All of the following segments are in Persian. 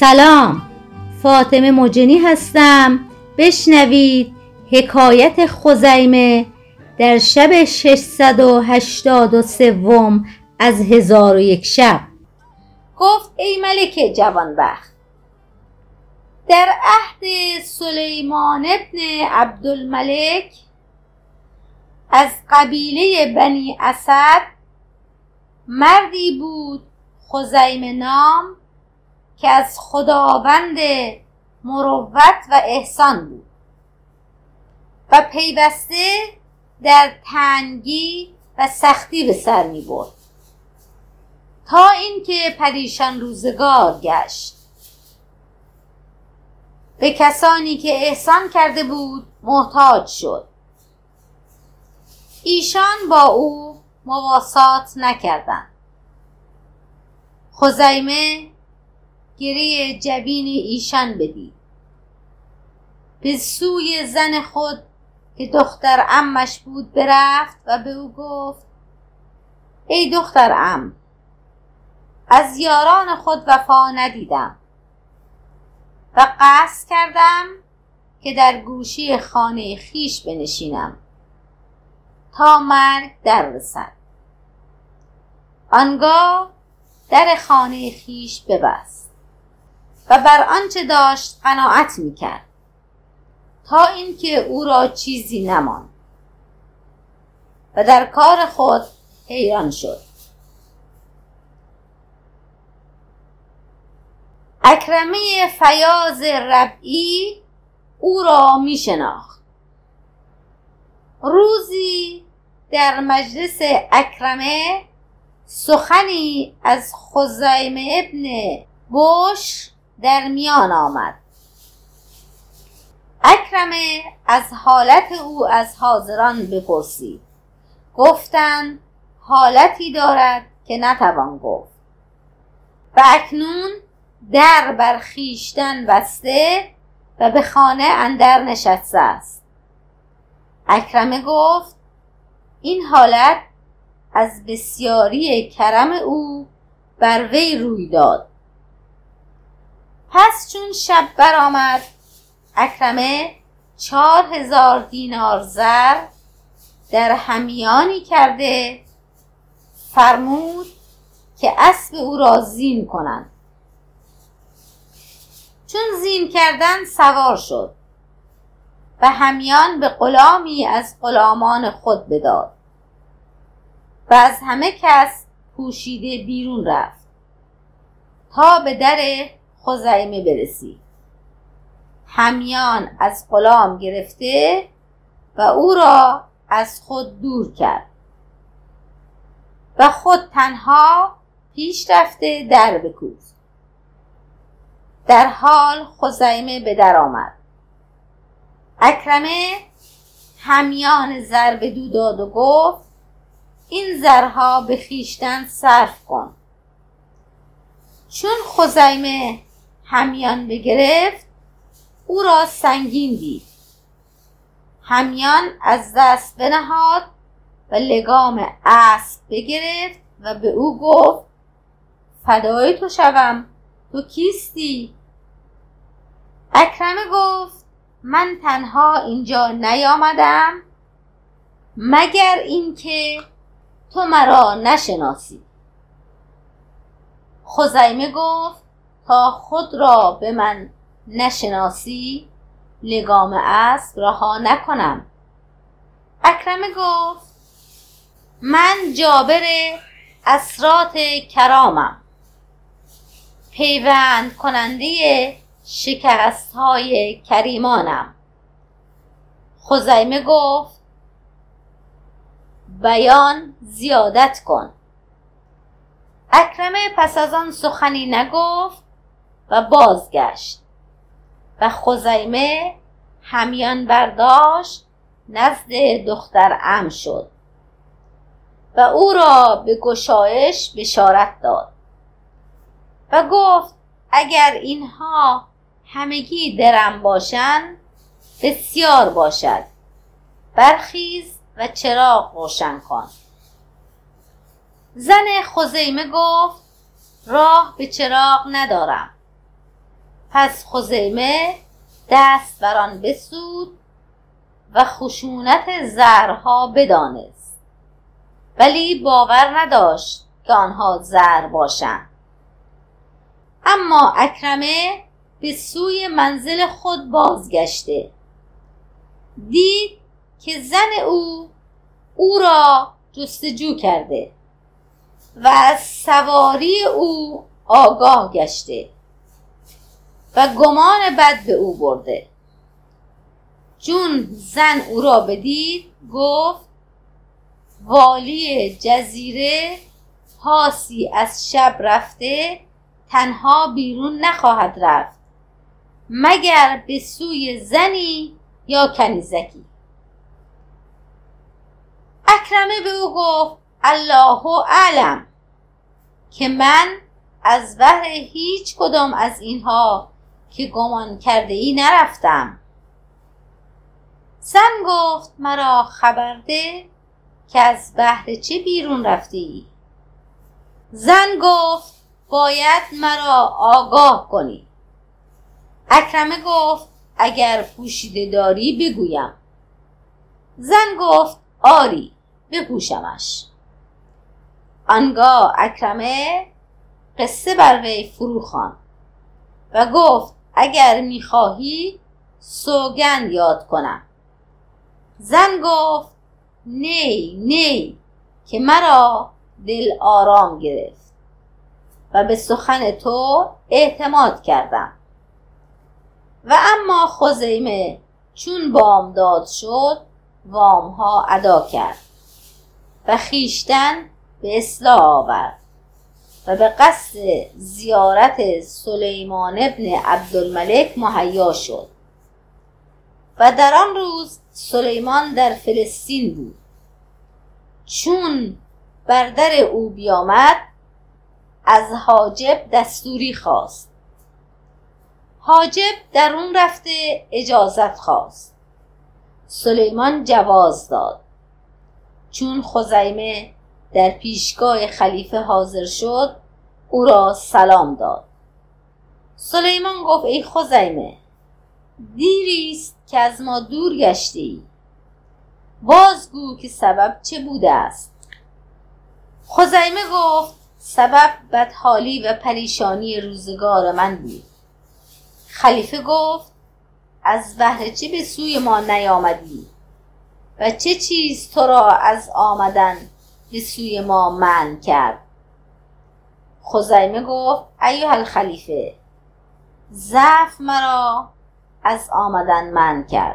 سلام، فاطمه مجنی هستم. بشنوید حکایت خزیمه در شب 683 از 1001 شب. گفت ای ملک جوانبخت، در عهد سلیمان ابن عبدالملک از قبیله بنی اسد مردی بود خزیمه نام که از خداوند مروت و احسان بود و پیوسته در تنگی و سختی به سر می برد تا اینکه پریشان روزگار گشت. به کسانی که احسان کرده بود محتاج شد. ایشان با او مواسات نکردند. خزیمه گریه جبین ایشان بدید. به سوی زن خود که دختر عمش بود برفت و به او گفت ای دختر عم، از یاران خود وفا ندیدم و قصد کردم که در گوشه خانه خیش بنشینم تا مرگ در رسد. آنگاه در خانه خیش ببست و بر آنچه داشت قناعت میکرد تا اینکه او را چیزی نماند و در کار خود حیران شد. اکرمه فیاض ربعی او را می شناخت. روزی در مجلس اکرمه سخنی از خزیمه ابن بشر در میان آمد. اکرمه از حالت او از حاضران بپرسید. گفتند حالتی دارد که نتوان گفت و اکنون در بر خویشتن بسته و به خانه اندر نشسته است. اکرمه گفت این حالت از بسیاری کرم او بر وی روی داد. پس چون شب برآمد، اکرمه 4000 دینار زر در همیانی کرده فرمود که اسب او را زین کنند. چون زین کردن سوار شد و همیان به غلامی از غلامان خود بداد و از همه کس پوشیده بیرون رفت تا به در خزیمه برسید. همیان از غلام گرفته و او را از خود دور کرد و خود تنها پیش رفته در بکوفت. در حال خزیمه به در آمد. اکرمه همیان زر بدو داد و گفت این زرها به خویشتن صرف کن. چون خزیمه همیان بگرفت او را سنگین دید. همیان از دست بنهاد و لگام اسب بگرفت و به او گفت فدای تو شوم، تو کیستی؟ اکرمه گفت من تنها اینجا نیامدم مگر اینکه تو مرا نشناسی. خزیمه گفت تا خود را به من نشناسی لگام اسب رها نکنم. اکرمه گفت من جابر اسرات کرامم، پیوند کننده شکست های کریمانم. خزیمه گفت بیان زیادت کن. اکرمه پس از آن سخنی نگفت و بازگشت و خزیمه همیان برداشت نزد دختر عم شد و او را به گشایش بشارت داد و گفت اگر اینها همگی درم باشند بسیار باشد، برخیز و چراغ روشن کن. زن خزیمه گفت راه به چراغ ندارم. پس خزیمه دست بر آن بسود و خشونت زرها بدانست، ولی باور نداشت که آنها زر باشند. اما اکرمه به سوی منزل خود بازگشته دید که زن او را جستجو کرده و از سواری او آگاه گشته و گمان بد به او برده. چون زن او را بدید گفت والی جزیره پاسی از شب رفته تنها بیرون نخواهد رفت مگر به سوی زنی یا کنیزکی. اکرمه به او گفت الله اعلم که من از بهر هیچ کدام از اینها که گمان کرده ای نرفتم. زن گفت مرا خبر ده که از بهر چه بیرون رفته ای؟ زن گفت باید مرا آگاه کنی. اکرمه گفت اگر پوشیده داری بگویم. زن گفت آری بپوشمش. آنگاه اکرمه قصه بر وی فرو خواند و گفت اگر میخواهی سوگند یاد کنم. زن گفت نی که مرا دل آرام گرفت و به سخن تو اعتماد کردم. و اما خزیمه چون بامداد شد وامها ادا کرد و خویشتن به اصلاح آورد و به قصد زیارت سلیمان ابن عبدالملک مهیا شد. و در آن روز سلیمان در فلسطین بود. چون بر در او بیامد از حاجب دستوری خواست. حاجب در اون رفته اجازت خواست. سلیمان جواز داد. چون خزیمه در پیشگاه خلیفه حاضر شد او را سلام داد. سلیمان گفت ای خزیمه دیریست که از ما دور گشتی، بازگو که سبب چه بوده است؟ خزیمه گفت سبب بدحالی و پریشانی روزگار من بود. خلیفه گفت از بهر چه به سوی ما نیامدی و چه چیز تو را از آمدن به سوی ما منع کرد؟ خزیمه گفت ایها الخلیفه ضعف مرا از آمدن منع کرد.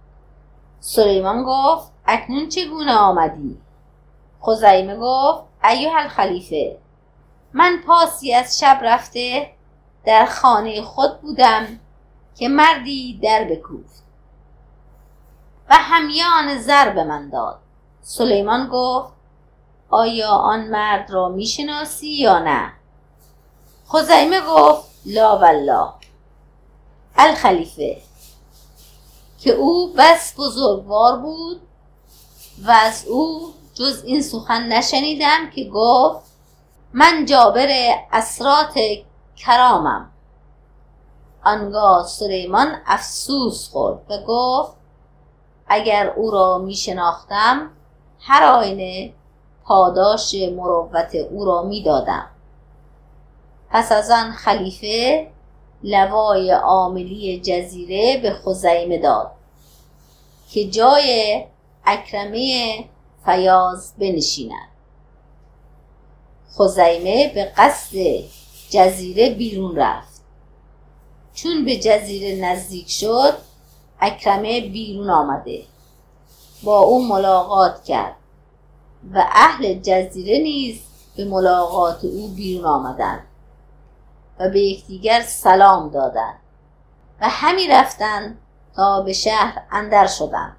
سلیمان گفت اکنون چگونه آمدی؟ خزیمه گفت ایها الخلیفه من پاسی از شب رفته در خانه خود بودم که مردی در بکوفت و همیان زر به من داد. سلیمان گفت آیا آن مرد را میشناسی یا نه؟ خزیمه گفت لا والله. الخلیفه که او بس بزرگوار بود و از او جز این سخن نشنیدم که گفت من جابر اسرات کرامم. آنگاه سلیمان افسوس خورد و گفت اگر او را می شناختم هر آینه پاداش مروت او را می دادم. پس از آن خلیفه لوای عاملی جزیره به خزیمه داد که جای اکرمه فیاض بنشیند. خزیمه به قصد جزیره بیرون رفت. چون به جزیره نزدیک شد اکرمه بیرون آمده با او ملاقات کرد و اهل جزیره نیز به ملاقات او بیرون آمدند و به یکدیگر سلام دادند و همی رفتند تا به شهر اندر شدند.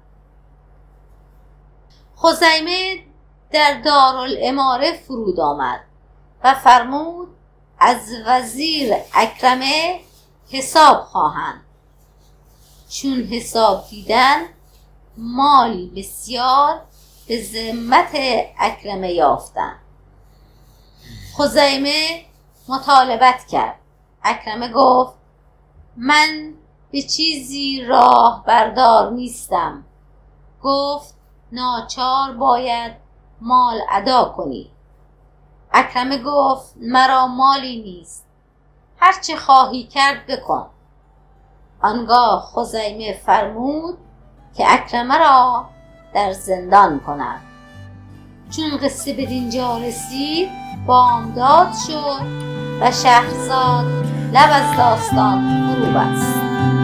خزیمه در دارالاماره فرود آمد و فرمود از وزیر اکرمه حساب خواهند. چون حساب دیدن مال بسیار به ذمت اکرمه یافتند. خزیمه مطالبت کرد. اکرمه گفت من به چیزی راه بردار نیستم. گفت ناچار باید مال ادا کنی. اکرمه گفت مرا مالی نیست، هرچه خواهی کرد بکن. آنگاه خزیمه فرمود که اکرمه را در زندان کند. چون قصه به دینجا رسید بامداد شد و شهرزاد لب از داستان فرو بست.